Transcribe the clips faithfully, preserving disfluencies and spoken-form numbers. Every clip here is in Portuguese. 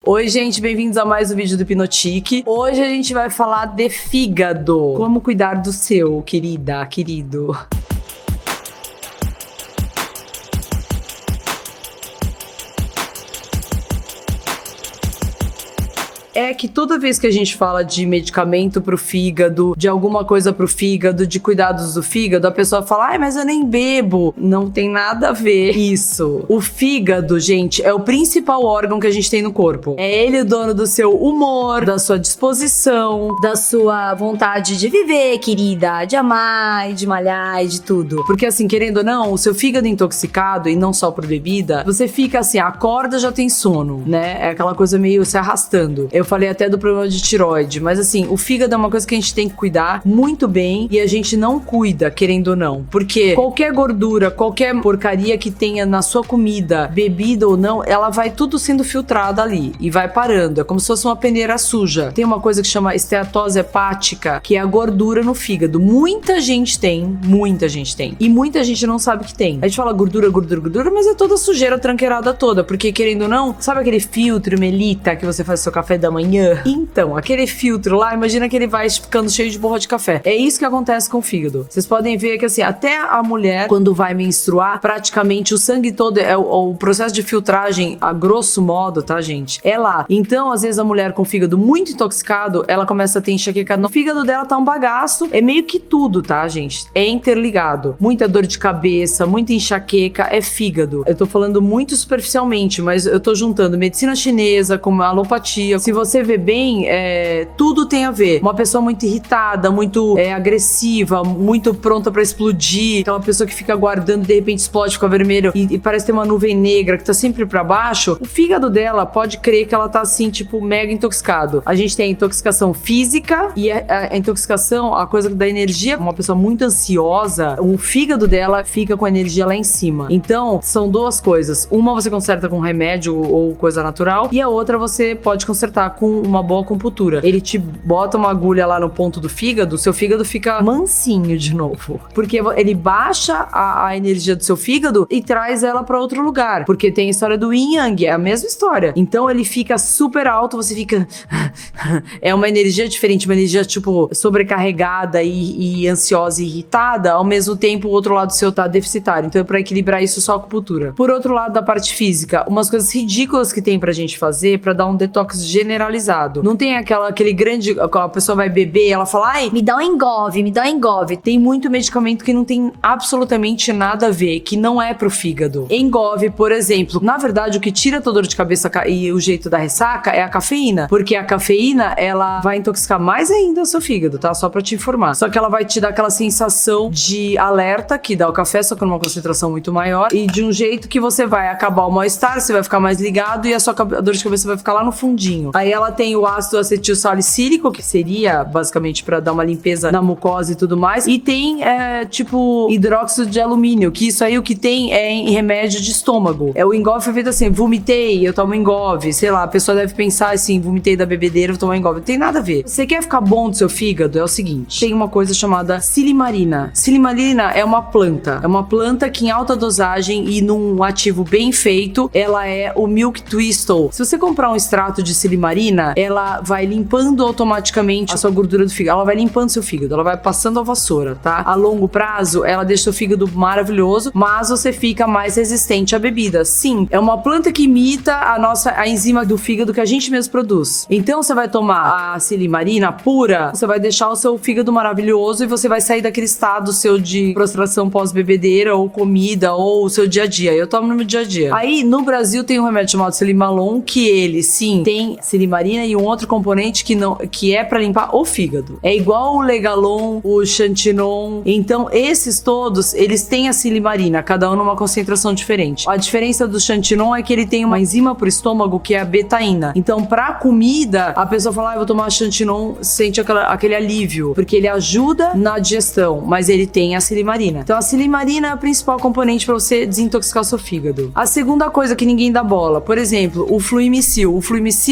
Oi, gente, bem-vindos a mais um vídeo do Hipnotique. Hoje a gente vai falar de fígado. Como cuidar do seu, querida, querido. É que toda vez que a gente fala de medicamento pro fígado, de alguma coisa pro fígado, de cuidados do fígado, a pessoa fala, ai, mas eu nem bebo. Não tem nada a ver isso. O fígado, gente, é o principal órgão que a gente tem no corpo. É ele o dono do seu humor, da sua disposição, da sua vontade de viver, querida, de amar, de malhar e de tudo. Porque assim, querendo ou não, o seu fígado intoxicado, e não só por bebida, você fica assim, acorda, já tem sono, né? É aquela coisa meio se arrastando. Eu falei até do problema de tireoide, mas assim, o fígado é uma coisa que a gente tem que cuidar muito bem e a gente não cuida, querendo ou não. Porque qualquer gordura, qualquer porcaria que tenha na sua comida, bebida ou não, ela vai tudo sendo filtrada ali e vai parando. É como se fosse uma peneira suja. Tem uma coisa que chama esteatose hepática, que é a gordura no fígado. Muita gente tem, muita gente tem. E muita gente não sabe que tem. A gente fala gordura, gordura, gordura, mas é toda sujeira tranqueirada toda. Porque querendo ou não, sabe aquele filtro melita que você faz seu café da manhã? Então, aquele filtro lá, imagina que ele vai ficando cheio de borra de café. É isso que acontece com o fígado. Vocês podem ver que assim, até a mulher, quando vai menstruar, praticamente o sangue todo, é o, o processo de filtragem, a grosso modo, tá, gente? É lá. Então, às vezes a mulher com o fígado muito intoxicado, ela começa a ter enxaqueca. No fígado dela tá um bagaço. É meio que tudo, tá, gente? É interligado. Muita dor de cabeça, muita enxaqueca, é fígado. Eu tô falando muito superficialmente, mas eu tô juntando medicina chinesa com alopatia. Se você vê bem, é, tudo tem a ver. Uma pessoa muito irritada, muito é, agressiva, muito pronta pra explodir, aquela pessoa que fica aguardando, de repente explode, fica vermelho e, e parece ter uma nuvem negra que tá sempre pra baixo, o fígado dela pode crer que ela tá assim, tipo, mega intoxicado. A gente tem a intoxicação física e a, a, a intoxicação, a coisa da energia, uma pessoa muito ansiosa, o fígado dela fica com a energia lá em cima. Então, são duas coisas. Uma você conserta com remédio ou coisa natural e a outra você pode consertar com uma boa acupuntura. Ele te bota uma agulha lá no ponto do fígado, seu fígado fica mansinho de novo. Porque ele baixa a, a energia do seu fígado e traz ela pra outro lugar. Porque tem a história do yin yang, é a mesma história. Então ele fica super alto, você fica... é uma energia diferente, uma energia tipo sobrecarregada e, e ansiosa e irritada, ao mesmo tempo o outro lado seu tá deficitário. Então é pra equilibrar isso só a acupuntura. Por outro lado, da parte física, umas coisas ridículas que tem pra gente fazer pra dar um detox generalizado. Não tem aquela, aquele grande... A pessoa vai beber e ela fala, ai, me dá um engove, me dá um engove. Tem muito medicamento que não tem absolutamente nada a ver, que não é pro fígado. Engove, por exemplo, na verdade, o que tira toda dor de cabeça e o jeito da ressaca é a cafeína. Porque a cafeína, ela vai intoxicar mais ainda o seu fígado, tá? Só pra te informar. Só que ela vai te dar aquela sensação de alerta que dá o café, só que numa concentração muito maior. E de um jeito que você vai acabar o mal-estar, você vai ficar mais ligado e a sua a dor de cabeça vai ficar lá no fundinho. Aí ela tem o ácido acetil salicílico, que seria basicamente pra dar uma limpeza na mucosa e tudo mais. E tem, é, tipo, hidróxido de alumínio, que isso aí o que tem é em remédio de estômago. É o engove foi feito assim, vomitei, eu tomo engove. Sei lá, a pessoa deve pensar assim, vomitei da bebedeira, vou tomar engove. Não tem nada a ver. Você quer ficar bom do seu fígado? É o seguinte, tem uma coisa chamada silimarina. Silimarina é uma planta. É uma planta que em alta dosagem e num ativo bem feito, ela é o milk thistle. Se você comprar um extrato de silimarina, ela vai limpando automaticamente a sua gordura do fígado. Ela vai limpando seu fígado, ela vai passando a vassoura, tá? A longo prazo, ela deixa seu fígado maravilhoso, mas você fica mais resistente à bebida. Sim, é uma planta que imita a nossa a enzima do fígado que a gente mesmo produz. Então, você vai tomar a silimarina pura, você vai deixar o seu fígado maravilhoso e você vai sair daquele estado seu de prostração pós-bebedeira ou comida ou o seu dia a dia. Eu tomo no meu dia a dia. Aí, no Brasil, tem um remédio chamado Silimalon, que ele, sim, tem silimarina e um outro componente que não, que é pra limpar o fígado. É igual o Legalon, o Xantinon. Então, esses todos, eles têm a silimarina, cada um numa concentração diferente. A diferença do Xantinon é que ele tem uma enzima pro estômago que é a betaína. Então, pra comida, a pessoa fala, ah, eu vou tomar Xantinon, sente aquela, aquele alívio, porque ele ajuda na digestão, mas ele tem a silimarina. Então, a silimarina é o principal componente pra você desintoxicar o seu fígado. A segunda coisa que ninguém dá bola, por exemplo, o Fluimicil. O Fluimicil, ele é feito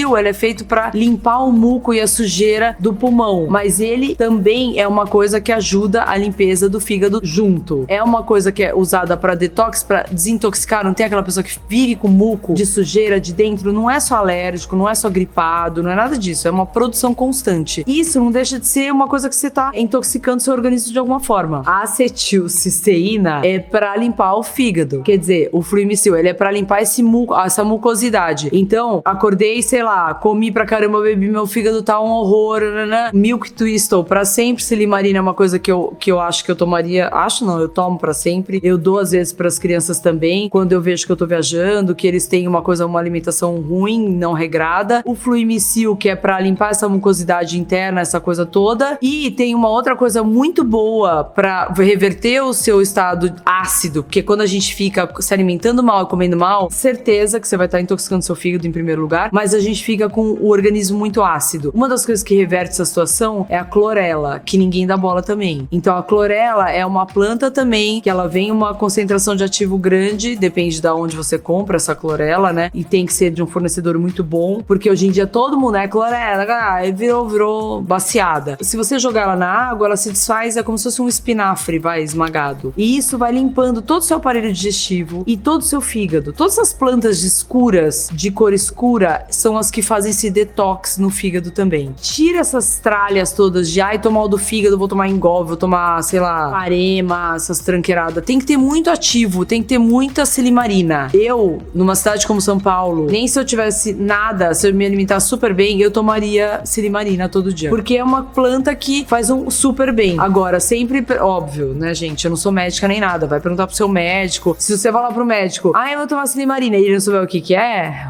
feito pra limpar o muco e a sujeira do pulmão, mas ele também é uma coisa que ajuda a limpeza do fígado junto. É uma coisa que é usada pra detox, pra desintoxicar. Não tem aquela pessoa que vive com muco de sujeira de dentro, não é só alérgico, não é só gripado, não é nada disso, é uma produção constante. Isso não deixa de ser uma coisa que você tá intoxicando seu organismo de alguma forma. A acetilcisteína é pra limpar o fígado, quer dizer, o fluimicil, ele é pra limpar esse muco, essa mucosidade. Então, acordei, sei lá, comi pra caramba, bebi, meu fígado tá um horror, né? Milk Twistle, pra sempre. Silimarina é uma coisa que eu, que eu acho que eu tomaria, acho não, eu tomo pra sempre. Eu dou às vezes pras crianças também, quando eu vejo que eu tô viajando, que eles têm uma coisa, uma alimentação ruim, não regrada. O Fluimicil, que é pra limpar essa mucosidade interna, essa coisa toda. E tem uma outra coisa muito boa pra reverter o seu estado ácido, porque quando a gente fica se alimentando mal e comendo mal, certeza que você vai estar intoxicando seu fígado em primeiro lugar, mas a gente fica com o organismo muito ácido. Uma das coisas que reverte essa situação é a clorela, que ninguém dá bola também. Então a clorela é uma planta também, que ela vem uma concentração de ativo grande, depende de onde você compra essa clorela, né? E tem que ser de um fornecedor muito bom, porque hoje em dia todo mundo é clorela, ah, virou, virou baciada. Se você jogar ela na água, ela se desfaz, é como se fosse um espinafre, vai, esmagado. E isso vai limpando todo o seu aparelho digestivo e todo o seu fígado. Todas as plantas escuras, de cor escura, são as que fazem esse detox no fígado também. Tira essas tralhas todas de, ai, tomar o do fígado, vou tomar Engov, vou tomar, sei lá, Parema, essas tranqueiradas. Tem que ter muito ativo, tem que ter muita silimarina. Eu, numa cidade como São Paulo, nem se eu tivesse nada, se eu me alimentar super bem, eu tomaria silimarina todo dia. Porque é uma planta que faz um super bem. Agora, sempre, óbvio, né, gente? Eu não sou médica nem nada. Vai perguntar pro seu médico. Se você falar pro médico, ah, eu vou tomar silimarina e ele não souber o que que é...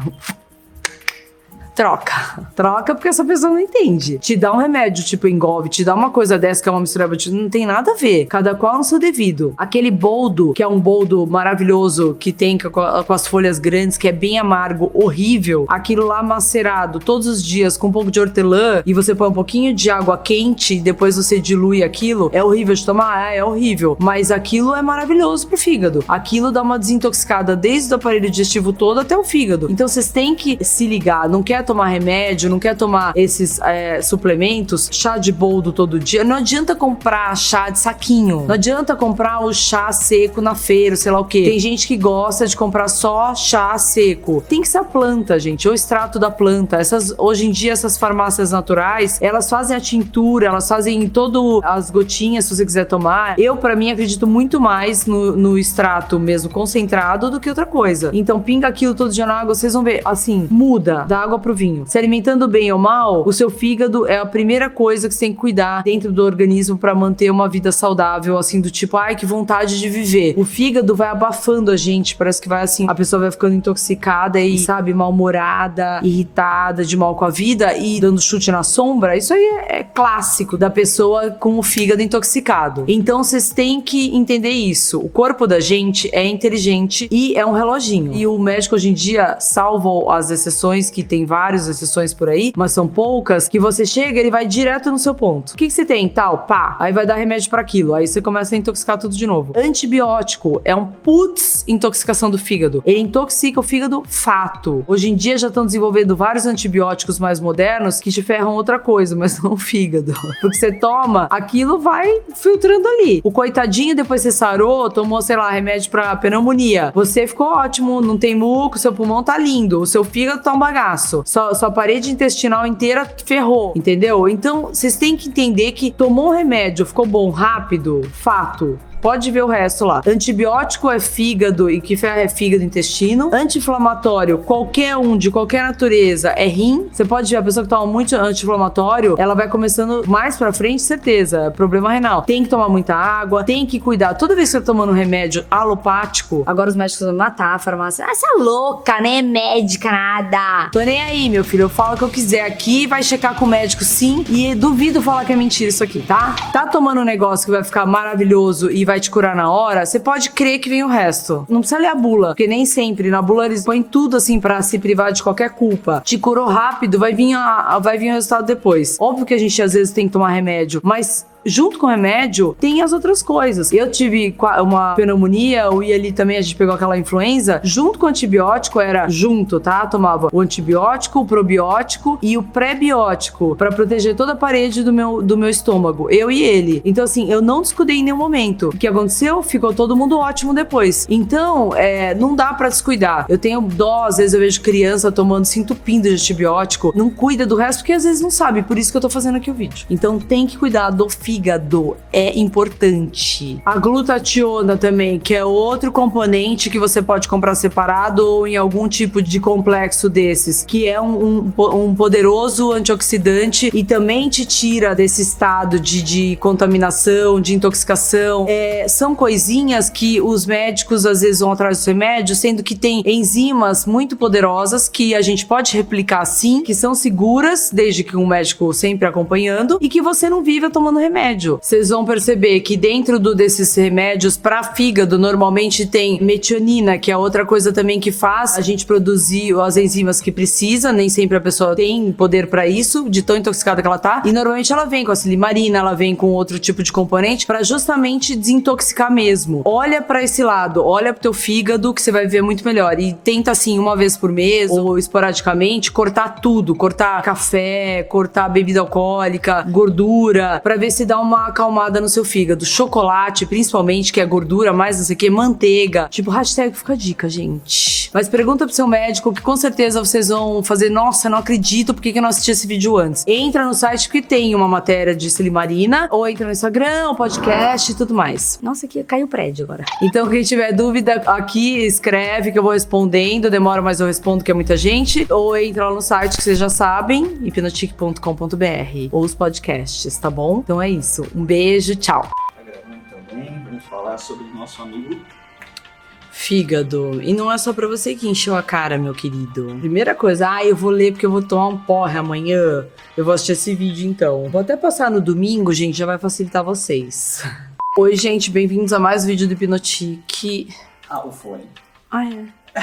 Troca. Troca porque essa pessoa não entende. Te dá um remédio tipo Engov, te dá uma coisa dessa que é uma mistura, não tem nada a ver. Cada qual no seu devido. Aquele boldo, que é um boldo maravilhoso, que tem com, com as folhas grandes, que é bem amargo, horrível. Aquilo lá macerado todos os dias com um pouco de hortelã e você põe um pouquinho de água quente e depois você dilui aquilo. É horrível de tomar? É, é horrível. Mas aquilo é maravilhoso pro fígado. Aquilo dá uma desintoxicada desde o aparelho digestivo todo até o fígado. Então vocês têm que se ligar. Não quer tomar remédio, não quer tomar esses é, suplementos, chá de boldo todo dia, não adianta comprar chá de saquinho, não adianta comprar o chá seco na feira, sei lá o que. Tem gente que gosta de comprar só chá seco. Tem que ser a planta, gente, o extrato da planta. Essas, hoje em dia, essas farmácias naturais, elas fazem a tintura, elas fazem todo as gotinhas, se você quiser tomar. Eu, pra mim, acredito muito mais no, no extrato mesmo concentrado do que outra coisa. Então, pinga aquilo todo dia na água, vocês vão ver, assim, muda da água pro vinho. Se alimentando bem ou mal, o seu fígado é a primeira coisa que você tem que cuidar dentro do organismo pra manter uma vida saudável, assim, do tipo, ai, que vontade de viver. O fígado vai abafando a gente, parece que vai assim, a pessoa vai ficando intoxicada e, sabe, mal-humorada, irritada, de mal com a vida e dando chute na sombra. Isso aí é, é clássico da pessoa com o fígado intoxicado. Então, vocês têm que entender isso. O corpo da gente é inteligente e é um reloginho. E o médico hoje em dia, salvo as exceções, que tem várias exceções por aí, mas são poucas, que você chega, ele vai direto no seu ponto. O que que você tem? Tal, pá. Aí vai dar remédio pra aquilo. Aí você começa a intoxicar tudo de novo. Antibiótico é um putz intoxicação do fígado. Ele intoxica o fígado fato. Hoje em dia já estão desenvolvendo vários antibióticos mais modernos que te ferram outra coisa, mas não o fígado. Porque você toma, aquilo vai filtrando ali. O coitadinho, depois você sarou, tomou, sei lá, remédio pra pneumonia. Você ficou ótimo, não tem muco, seu pulmão tá lindo, o seu fígado tá um bagaço. Sua, sua parede intestinal inteira ferrou, entendeu? Então, vocês têm que entender que tomou um remédio, ficou bom rápido, fato. Pode ver o resto lá. Antibiótico é fígado e que ferra é fígado e intestino. Anti-inflamatório, qualquer um, de qualquer natureza, é rim. Você pode ver a pessoa que toma muito anti-inflamatório, ela vai começando mais pra frente, certeza, é problema renal. Tem que tomar muita água, tem que cuidar. Toda vez que você tá tomando um remédio alopático, agora os médicos vão matar a farmácia. Ah, você é louca, nem é médica, nada. Tô nem aí, meu filho. Eu falo o que eu quiser aqui, vai checar com o médico sim, e duvido falar que é mentira isso aqui, tá? Tá tomando um negócio que vai ficar maravilhoso e vai te curar na hora, você pode crer que vem o resto. Não precisa ler a bula, porque nem sempre na bula eles põem tudo assim pra se privar de qualquer culpa. Te curou rápido, vai vir, a, vai vir o resultado depois. Óbvio que a gente às vezes tem que tomar remédio, mas junto com o remédio, tem as outras coisas. Eu tive uma pneumonia, o ali também, a gente pegou aquela influenza, junto com o antibiótico, era junto, tá? Tomava o antibiótico, o probiótico e o pré-biótico, pra proteger toda a parede do meu, do meu estômago, eu e ele. Então, assim, eu não descuidei em nenhum momento. O que aconteceu? Ficou todo mundo ótimo depois. Então, é, não dá pra descuidar. Eu tenho dó, às vezes eu vejo criança tomando, se entupindo de antibiótico, não cuida do resto, porque às vezes não sabe, por isso que eu tô fazendo aqui o vídeo. Então, tem que cuidar do fígado, é importante. A glutationa também, que é outro componente que você pode comprar separado ou em algum tipo de complexo desses, que é um, um, um poderoso antioxidante e também te tira desse estado de, de contaminação, de intoxicação. É, são coisinhas que os médicos às vezes vão atrás dos remédios, sendo que tem enzimas muito poderosas que a gente pode replicar sim, que são seguras, desde que um médico sempre acompanhando, e que você não viva tomando remédio. Vocês vão perceber que dentro do, desses remédios para fígado, normalmente tem metionina, que é outra coisa também que faz a gente produzir as enzimas que precisa, nem sempre a pessoa tem poder para isso, de tão intoxicada que ela tá, e normalmente ela vem com a silimarina, ela vem com outro tipo de componente para justamente desintoxicar mesmo. Olha para esse lado, olha pro teu fígado que você vai ver muito melhor, e tenta assim uma vez por mês ou esporadicamente cortar tudo, cortar café, cortar bebida alcoólica, gordura, para ver se dá uma acalmada no seu fígado. Chocolate, principalmente, que é gordura, mais não sei o que, manteiga. Tipo, hashtag fica a dica, gente. Mas pergunta pro seu médico, que com certeza vocês vão fazer, nossa, não acredito, por que que eu não assisti esse vídeo antes? Entra no site que tem uma matéria de silimarina, ou entra no Instagram, o podcast e tudo mais. Nossa, aqui caiu o prédio agora. Então, quem tiver dúvida aqui, escreve que eu vou respondendo, demora, mas eu respondo, que é muita gente, ou entra lá no site que vocês já sabem, hipnotique ponto com ponto b r, ou os podcasts, tá bom? Então é isso. Um beijo, tchau. Tá gravando também, vamos falar sobre o nosso amigo fígado. E não é só pra você que encheu a cara, meu querido. Primeira coisa, ah, eu vou ler porque eu vou tomar um porre amanhã. Eu vou assistir esse vídeo então. Vou até passar no domingo, gente, já vai facilitar vocês. Oi, gente, bem-vindos a mais um vídeo do Hipnotique. Ah, o fone. Ah, é.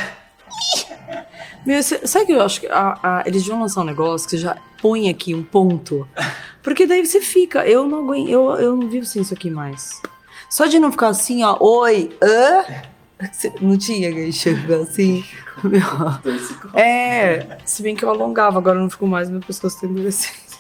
Meu, sabe que eu acho que a, a, eles vão lançar um negócio que você já põe aqui um ponto? Porque daí você fica, eu não aguento, eu, eu não vivo sem isso aqui mais. Só de não ficar assim, ó, oi, hã? Não tinha que chegar assim. Meu. É, se bem que eu alongava, agora não fico mais, meu pescoço tá endurecendo.